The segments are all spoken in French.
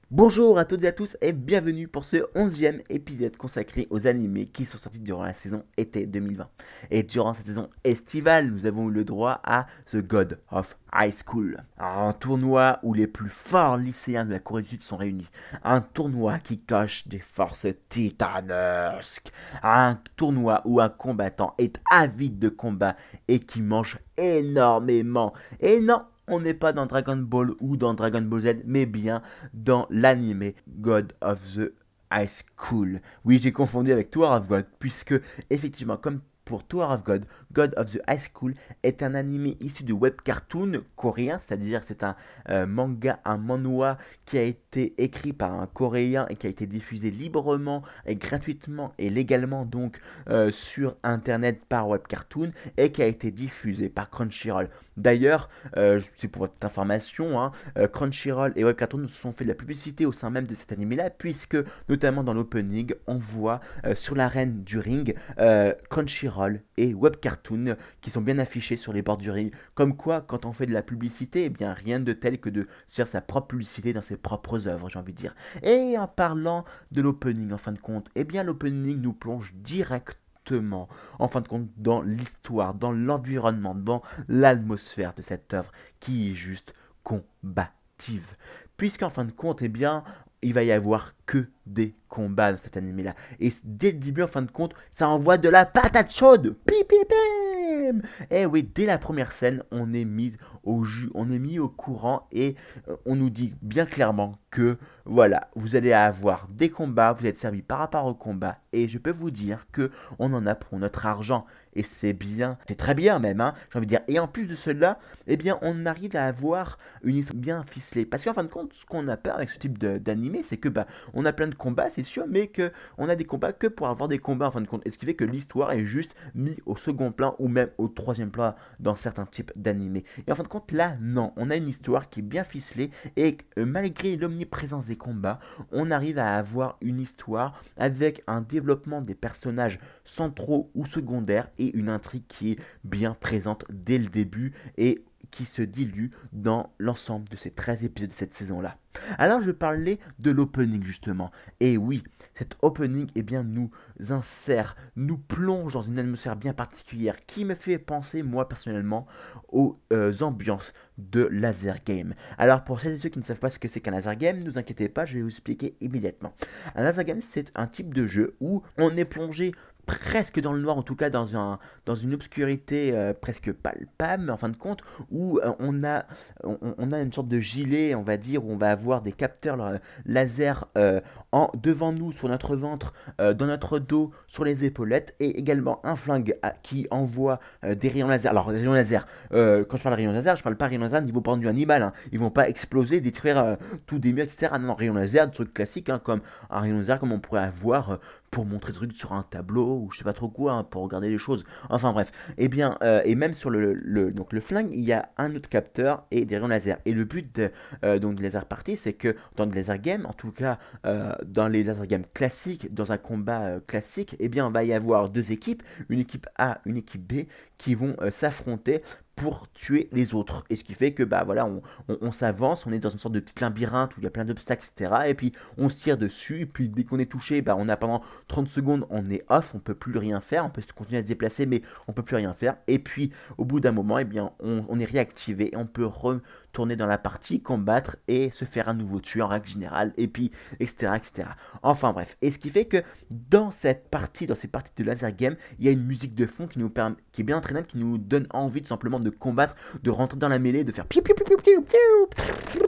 Bonjour à toutes et à tous et bienvenue pour ce 11e épisode consacré aux animés qui sont sortis durant la saison été 2020. Et durant cette saison estivale, nous avons eu le droit à The God of High School, un tournoi où les plus forts lycéens de la Corée du Sud sont réunis, un tournoi qui cache des forces titanesques, un tournoi où un combattant est avide de combat et qui mange énormément. Et non, on n'est pas dans Dragon Ball ou dans Dragon Ball Z, mais bien dans l'anime God of the High School. Oui, j'ai confondu avec Tower of God, puisque effectivement, comme pour Tower of God, God of the High School est un anime issu de web cartoon coréen, c'est-à-dire c'est un manga, un manhwa qui a été écrit par un coréen et qui a été diffusé librement et gratuitement et légalement donc sur internet par web cartoon et qui a été diffusé par Crunchyroll. D'ailleurs, c'est pour votre information, hein, Crunchyroll et Webcartoon se sont fait de la publicité au sein même de cet anime-là, puisque notamment dans l'opening, on voit sur l'arène du ring Crunchyroll et Webcartoon qui sont bien affichés sur les bords du ring. Comme quoi, quand on fait de la publicité, eh bien rien de tel que de faire sa propre publicité dans ses propres œuvres, j'ai envie de dire. Et en parlant de l'opening, en fin de compte, eh bien l'opening nous plonge directement en fin de compte dans l'histoire, dans l'environnement, dans l'atmosphère de cette œuvre qui est juste combative. Puisqu'en fin de compte, eh bien, il va y avoir que des combats dans cet anime là. Et dès le début, en fin de compte, ça envoie de la patate chaude. Pip, pip, pip. Et oui, dès la première scène, on est mis au jus, on est mis au courant et on nous dit bien clairement que voilà, vous allez avoir des combats, vous êtes servi par rapport au combat et je peux vous dire que on en a pour notre argent et c'est bien, c'est très bien même, hein, j'ai envie de dire. Et en plus de cela, eh bien, on arrive à avoir une histoire bien ficelée. Parce qu'en fin de compte, ce qu'on a peur avec ce type d'animé, c'est que bah, on a plein de combats, c'est sûr, mais que on a des combats que pour avoir des combats en fin de compte. Et ce qui fait que l'histoire est juste mise au second plan ou même au troisième plan dans certains types d'animés. Et en fin de compte, là, non, on a une histoire qui est bien ficelée et malgré l'omniprésence des combats, on arrive à avoir une histoire avec un développement des personnages centraux ou secondaires et une intrigue qui est bien présente dès le début et qui se dilue dans l'ensemble de ces 13 épisodes de cette saison-là. Alors je parlais de l'opening justement. Et oui, cet opening eh bien, nous insère, nous plonge dans une atmosphère bien particulière qui me fait penser moi personnellement aux ambiances de laser game. Alors pour celles et ceux qui ne savent pas ce que c'est qu'un laser game, ne vous inquiétez pas, je vais vous expliquer immédiatement. Un laser game c'est un type de jeu où on est plongé presque dans le noir, en tout cas dans une obscurité presque palpable, mais en fin de compte, où on a une sorte de gilet, on va dire, où on va avoir des capteurs laser devant nous, sur notre ventre, dans notre dos, sur les épaulettes, et également un flingue qui envoie des rayons laser. Alors, des rayons laser, quand je parle de rayons laser, je parle pas de rayons laser niveau par du animal, hein. Ils vont pas exploser, détruire tout des murs, etc. Non, rayons laser, des trucs classiques, hein, comme un rayon laser, comme on pourrait avoir pour montrer des trucs sur un tableau ou je sais pas trop quoi, hein, pour regarder les choses. Enfin bref. Et bien, et même sur donc le flingue, il y a un autre capteur et des rayons laser. Et le but donc de laser party, c'est que dans le laser game, en tout cas dans les laser games classiques, dans un combat classique, eh bien, il va y avoir deux équipes, une équipe A, une équipe B, qui vont s'affronter pour tuer les autres. Et ce qui fait que bah voilà, on s'avance, on est dans une sorte de petit labyrinthe où il y a plein d'obstacles, etc. Et puis on se tire dessus, et puis dès qu'on est touché, bah on a pendant 30 secondes, on est off, on peut plus rien faire, on peut continuer à se déplacer, mais on peut plus rien faire. Et puis au bout d'un moment, eh bien, on est réactivé et on peut retourner dans la partie, combattre et se faire un nouveau tuer en règle générale, et puis etc. etc. Enfin bref. Et ce qui fait que dans cette partie, dans ces parties de laser game, il y a une musique de fond qui est bien entraînante, qui nous donne envie tout simplement de combattre, de rentrer dans la mêlée, de faire piou piou piou piou piou piou.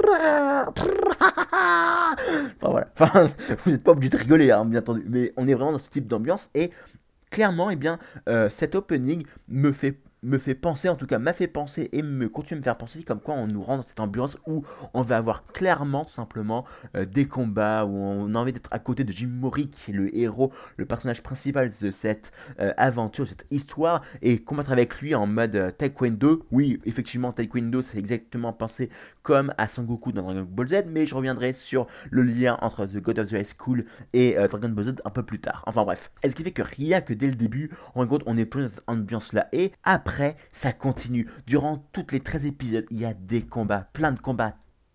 Enfin voilà, enfin, vous n'êtes pas obligé de rigoler, hein, bien entendu, mais on est vraiment dans ce type d'ambiance et clairement, eh bien, cet opening me fait penser, en tout cas m'a fait penser et me continue de me faire penser comme quoi on nous rend dans cette ambiance où on va avoir clairement tout simplement des combats où on a envie d'être à côté de Jim Mori qui est le héros, le personnage principal de cette aventure, de cette histoire et combattre avec lui en mode taekwondo. Oui, effectivement taekwondo c'est exactement pensé comme à Sangoku dans Dragon Ball Z, mais je reviendrai sur le lien entre The God of the High School et Dragon Ball Z un peu plus tard. Enfin bref, et ce qui fait que rien que dès le début, on compte, on est plus dans cette ambiance là et après ça continue. Durant toutes les 13 épisodes, il y a des combats, plein de combats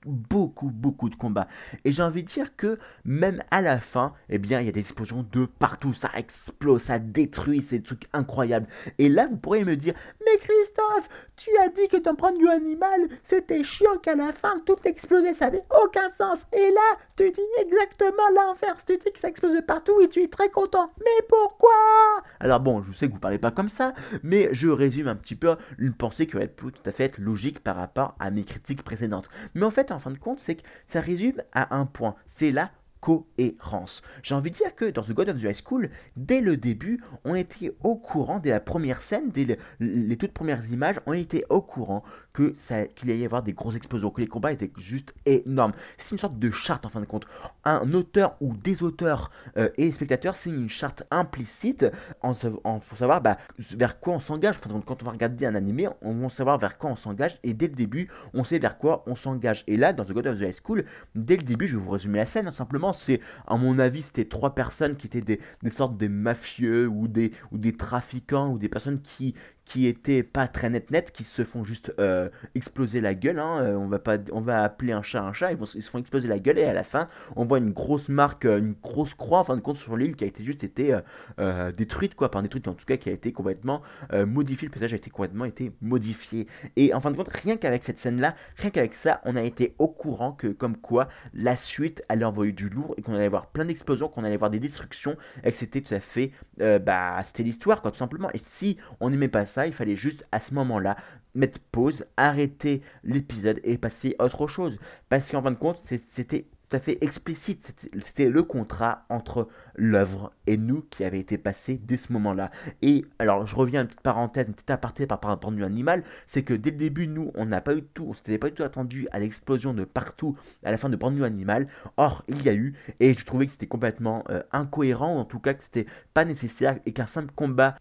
beaucoup de combats. Et j'ai envie de dire que même à la fin, eh bien, il y a des explosions de partout, ça explose, ça détruit, c'est des trucs incroyables. Et là, vous pourriez me dire, mais Christophe, tu as dit que ton point de vue animal, c'était chiant qu'à la fin, tout explosait, ça n'avait aucun sens. Et là, tu dis exactement l'inverse, tu dis que ça explosait partout et tu es très content. Mais pourquoi? Alors bon, je sais que vous parlez pas comme ça, mais je résume un petit peu une pensée qui aurait pu tout à fait être logique par rapport à mes critiques précédentes. Mais en fait, en fin de compte, c'est que ça résume à un point, c'est la cohérence. J'ai envie de dire que dans The God of the High School, dès le début, on était au courant, dès la première scène, dès les toutes premières images, on était au courant qu'il allait y avoir des grosses explosions, que les combats étaient juste énormes. C'est une sorte de charte en fin de compte. Un auteur ou des auteurs et les spectateurs signent une charte implicite pour savoir vers quoi on s'engage. Enfin, quand on va regarder un animé, on va savoir vers quoi on s'engage et dès le début, on sait vers quoi on s'engage. Et là, dans The God of the High School, dès le début, je vais vous résumer la scène, simplement, c'est, à mon avis, c'était 3 personnes qui étaient des sortes de mafieux ou des trafiquants ou des personnes qui étaient pas très net, qui se font juste exploser la gueule. Hein. On va appeler un chat, ils se font exploser la gueule et à la fin, on voit une grosse marque, une grosse croix en fin de compte sur l'île qui a été détruite, quoi, pas détruite, en tout cas qui a été complètement modifiée. Le paysage a été complètement modifié. Et en fin de compte, rien qu'avec cette scène-là, rien qu'avec ça, on a été au courant que comme quoi la suite allait envoyer du lourd et qu'on allait voir plein d'explosions, qu'on allait voir des destructions et que c'était tout à fait, c'était l'histoire, quoi, tout simplement. Et si on n'aimait pas ça, il fallait juste à ce moment-là mettre pause, arrêter l'épisode et passer à autre chose. Parce qu'en fin de compte, c'était tout à fait explicite. C'était le contrat entre l'œuvre et nous qui avait été passé dès ce moment-là. Et alors, je reviens à une petite parenthèse, une petite aparté par rapport à animal, c'est que dès le début, nous, on s'était pas du tout attendu à l'explosion de partout à la fin de Brand New Animal. Or, il y a eu, et je trouvais que c'était complètement incohérent, ou en tout cas que c'était pas nécessaire, et qu'un simple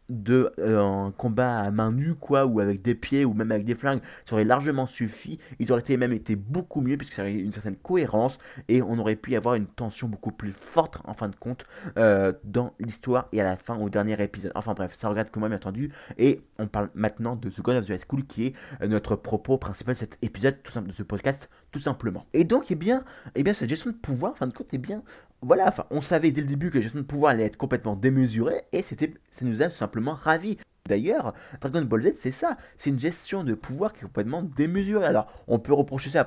un combat à main nue, quoi, ou avec des pieds, ou même avec des flingues, ça aurait largement suffi. Ils auraient même été beaucoup mieux, puisque ça aurait une certaine cohérence, et on aurait pu avoir une tension beaucoup plus forte en fin de compte dans l'histoire et à la fin au dernier épisode. Enfin bref, ça regarde que moi bien entendu et on parle maintenant de The God of the High School qui est notre propos principal de cet épisode, de ce podcast tout simplement. Et donc cette gestion de pouvoir en fin de compte voilà, enfin on savait dès le début que la gestion de pouvoir allait être complètement démesurée et ça nous a tout simplement ravis. D'ailleurs, Dragon Ball Z, c'est ça. C'est une gestion de pouvoir qui est complètement démesurée. Alors, on peut reprocher ça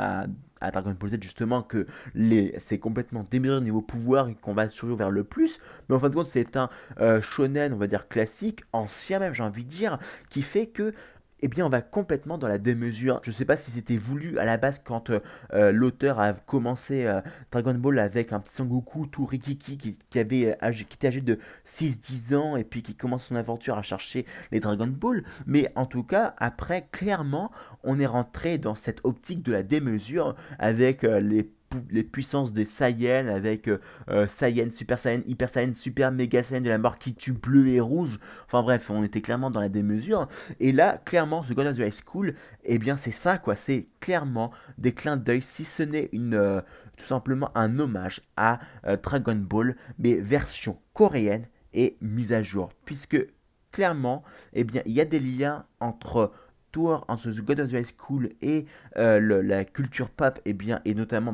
à Dragon Ball Z, justement, que c'est complètement démesuré au niveau pouvoir et qu'on va survivre vers le plus. Mais en fin de compte, c'est un shonen, on va dire, classique, ancien même, j'ai envie de dire, qui fait que eh bien, on va complètement dans la démesure. Je ne sais pas si c'était voulu à la base quand l'auteur a commencé Dragon Ball avec un petit Son Goku tout rikiki qui était âgé de 6-10 ans et puis qui commence son aventure à chercher les Dragon Ball. Mais en tout cas, après, clairement, on est rentré dans cette optique de la démesure avec les puissances des Saiyans avec Saiyan, Super Saiyan, Hyper Saiyan, Super Mega Saiyan de la mort qui tue bleu et rouge. Enfin bref, on était clairement dans la démesure. Et là, clairement, The God of the High School, eh bien c'est ça quoi, c'est clairement des clins d'œil, si ce n'est tout simplement un hommage à Dragon Ball, mais version coréenne et mise à jour. Puisque clairement, eh bien il y a des liens entre The God of the High School et la culture pop et notamment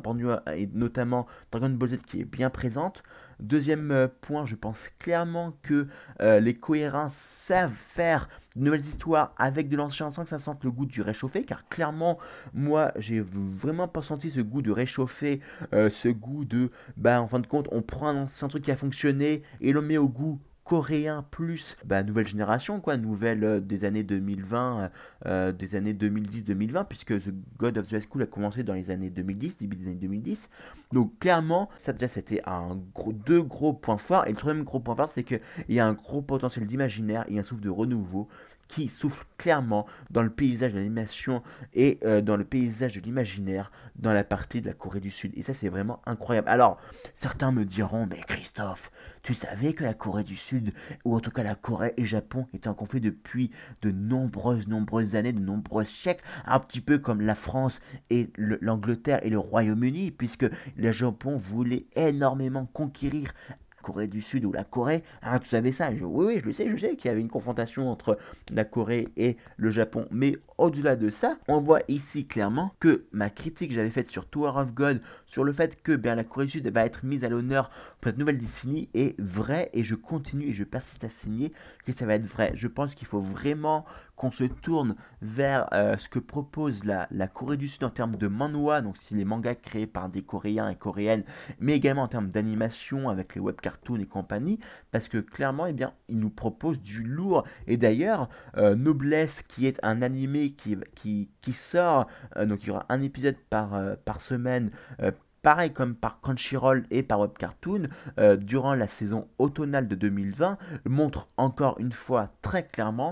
Dragon Ball Z qui est bien présente. Deuxième point, je pense clairement que les cohérents savent faire de nouvelles histoires avec de l'ancien sans que ça sente le goût du réchauffé, car clairement moi j'ai vraiment pas senti ce goût de réchauffé, ce goût de en fin de compte on prend un ancien truc qui a fonctionné et l'on met au goût coréen plus nouvelle génération quoi, nouvelle des années 2020, des années 2010-2020 puisque The God of the High School a commencé dans les années 2010, début des années 2010. Donc clairement ça déjà c'était deux gros points forts et le troisième gros point fort c'est qu'il y a un gros potentiel d'imaginaire et un souffle de renouveau qui souffle clairement dans le paysage de l'animation et dans le paysage de l'imaginaire dans la partie de la Corée du Sud. Et ça, c'est vraiment incroyable. Alors, certains me diront, mais Christophe, tu savais que la Corée du Sud, ou en tout cas la Corée et le Japon, étaient en conflit depuis de nombreuses années, de nombreux siècles, un petit peu comme la France et l'Angleterre et le Royaume-Uni, puisque le Japon voulait énormément conquérir Corée du Sud ou la Corée. Tu savais ça? Oui, je le sais, je sais qu'il y avait une confrontation entre la Corée et le Japon. Mais au-delà de ça, on voit ici clairement que ma critique que j'avais faite sur Tower of God, sur le fait que la Corée du Sud va être mise à l'honneur pour cette nouvelle décennie est vraie, et je continue et je persiste à signer que ça va être vrai. Je pense qu'il faut vraiment qu'on se tourne vers ce que propose la Corée du Sud en termes de manhwa, donc c'est les mangas créés par des Coréens et Coréennes, mais également en termes d'animation avec les web cartoons et compagnie, parce que clairement, ils nous proposent du lourd. Et d'ailleurs, Noblesse, qui est un animé qui sort, donc il y aura un épisode par semaine, pareil comme par Crunchyroll et par Web Cartoon, durant la saison automnale de 2020, montre encore une fois très clairement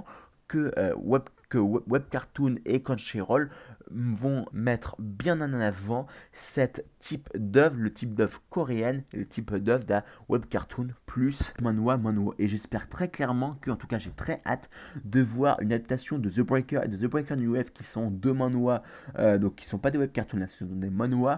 que Web Cartoon et Crunchyroll vont mettre bien en avant cette type d'œuvre, le type d'œuvre coréenne, et le type d'œuvre d'un Web Cartoon plus manhwa. Et j'espère très clairement que, en tout cas j'ai très hâte de voir une adaptation de The Breaker et de The Breaker New Wave, qui sont deux manhwas, donc qui sont pas des Web Cartoons, là, ce sont des manhwas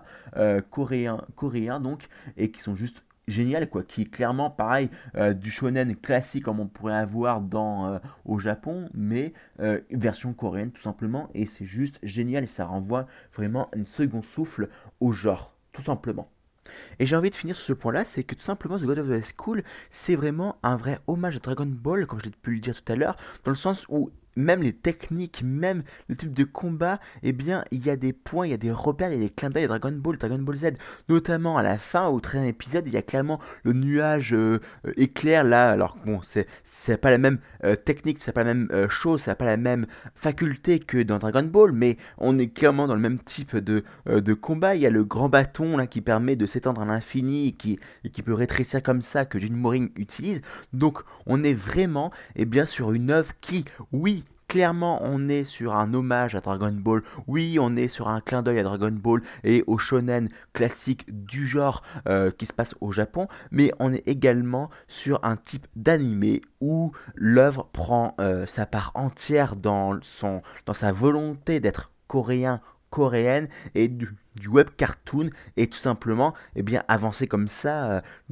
coréens donc, et qui sont juste génial, quoi, qui est clairement pareil, du shonen classique comme on pourrait avoir au Japon, mais version coréenne tout simplement, et c'est juste génial et ça renvoie vraiment un second souffle au genre, tout simplement. Et j'ai envie de finir sur ce point-là, c'est que tout simplement The God of the High School, c'est vraiment un vrai hommage à Dragon Ball, comme je l'ai pu le dire tout à l'heure, dans le sens où même les techniques, même le type de combat, il y a des points, il y a des repères, il y a des clins d'œil à Dragon Ball Z, notamment à la fin, au 13e épisode, il y a clairement le nuage éclair là, alors bon, c'est pas la même technique, c'est pas la même chose, c'est pas la même faculté que dans Dragon Ball, mais on est clairement dans le même type de combat. Il y a le grand bâton là qui permet de s'étendre à l'infini et qui peut rétrécir comme ça, que Jin Moring utilise. Donc on est vraiment sur une œuvre qui, oui, clairement, on est sur un hommage à Dragon Ball. Oui, on est sur un clin d'œil à Dragon Ball et au shonen classique du genre qui se passe au Japon. Mais on est également sur un type d'animé où l'œuvre prend sa part entière dans sa volonté d'être coréenne et du web cartoon, et tout simplement avancer comme ça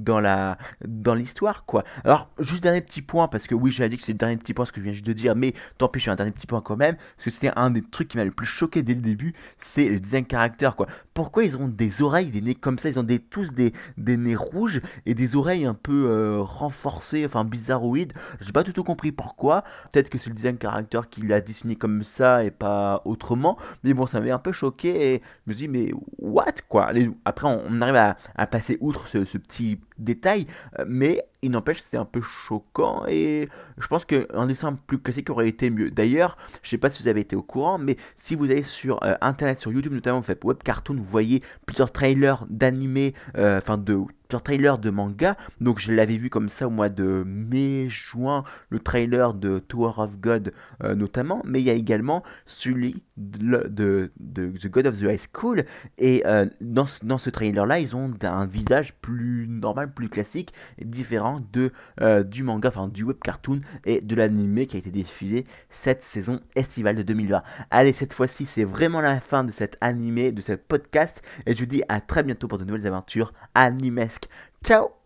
dans l'histoire, quoi. Alors juste dernier petit point, parce que oui, j'ai dit que c'est le dernier petit point ce que je viens juste de dire, mais tant pis, je suis un dernier petit point quand même, parce que c'est un des trucs qui m'a le plus choqué dès le début, c'est le design caractère, quoi. Pourquoi ils ont des oreilles, des nez comme ça? Ils ont tous des nez rouges et des oreilles un peu renforcées, enfin bizarroïdes. J'ai pas du tout compris pourquoi. Peut-être que c'est le design caractère qui l'a dessiné comme ça et pas autrement, mais bon, ça m'avait un peu choqué et je me suis dit, mais what, quoi. Après, on arrive à passer outre ce petit détail, mais il n'empêche que c'est un peu choquant, et je pense qu'un dessin plus classique aurait été mieux. D'ailleurs, je sais pas si vous avez été au courant, mais si vous allez sur internet, sur YouTube notamment, vous faites web cartoon, vous voyez plusieurs trailers d'animés, plusieurs trailers de manga. Donc je l'avais vu comme ça au mois de mai-juin, le trailer de Tower of God notamment, mais il y a également celui de The God of the High School, et dans ce trailer là ils ont un visage plus normal, plus classique, et différent du manga, enfin du web cartoon et de l'anime qui a été diffusé cette saison estivale de 2020. Allez, cette fois-ci c'est vraiment la fin de cet animé, de ce podcast, et je vous dis à très bientôt pour de nouvelles aventures animesques. Ciao.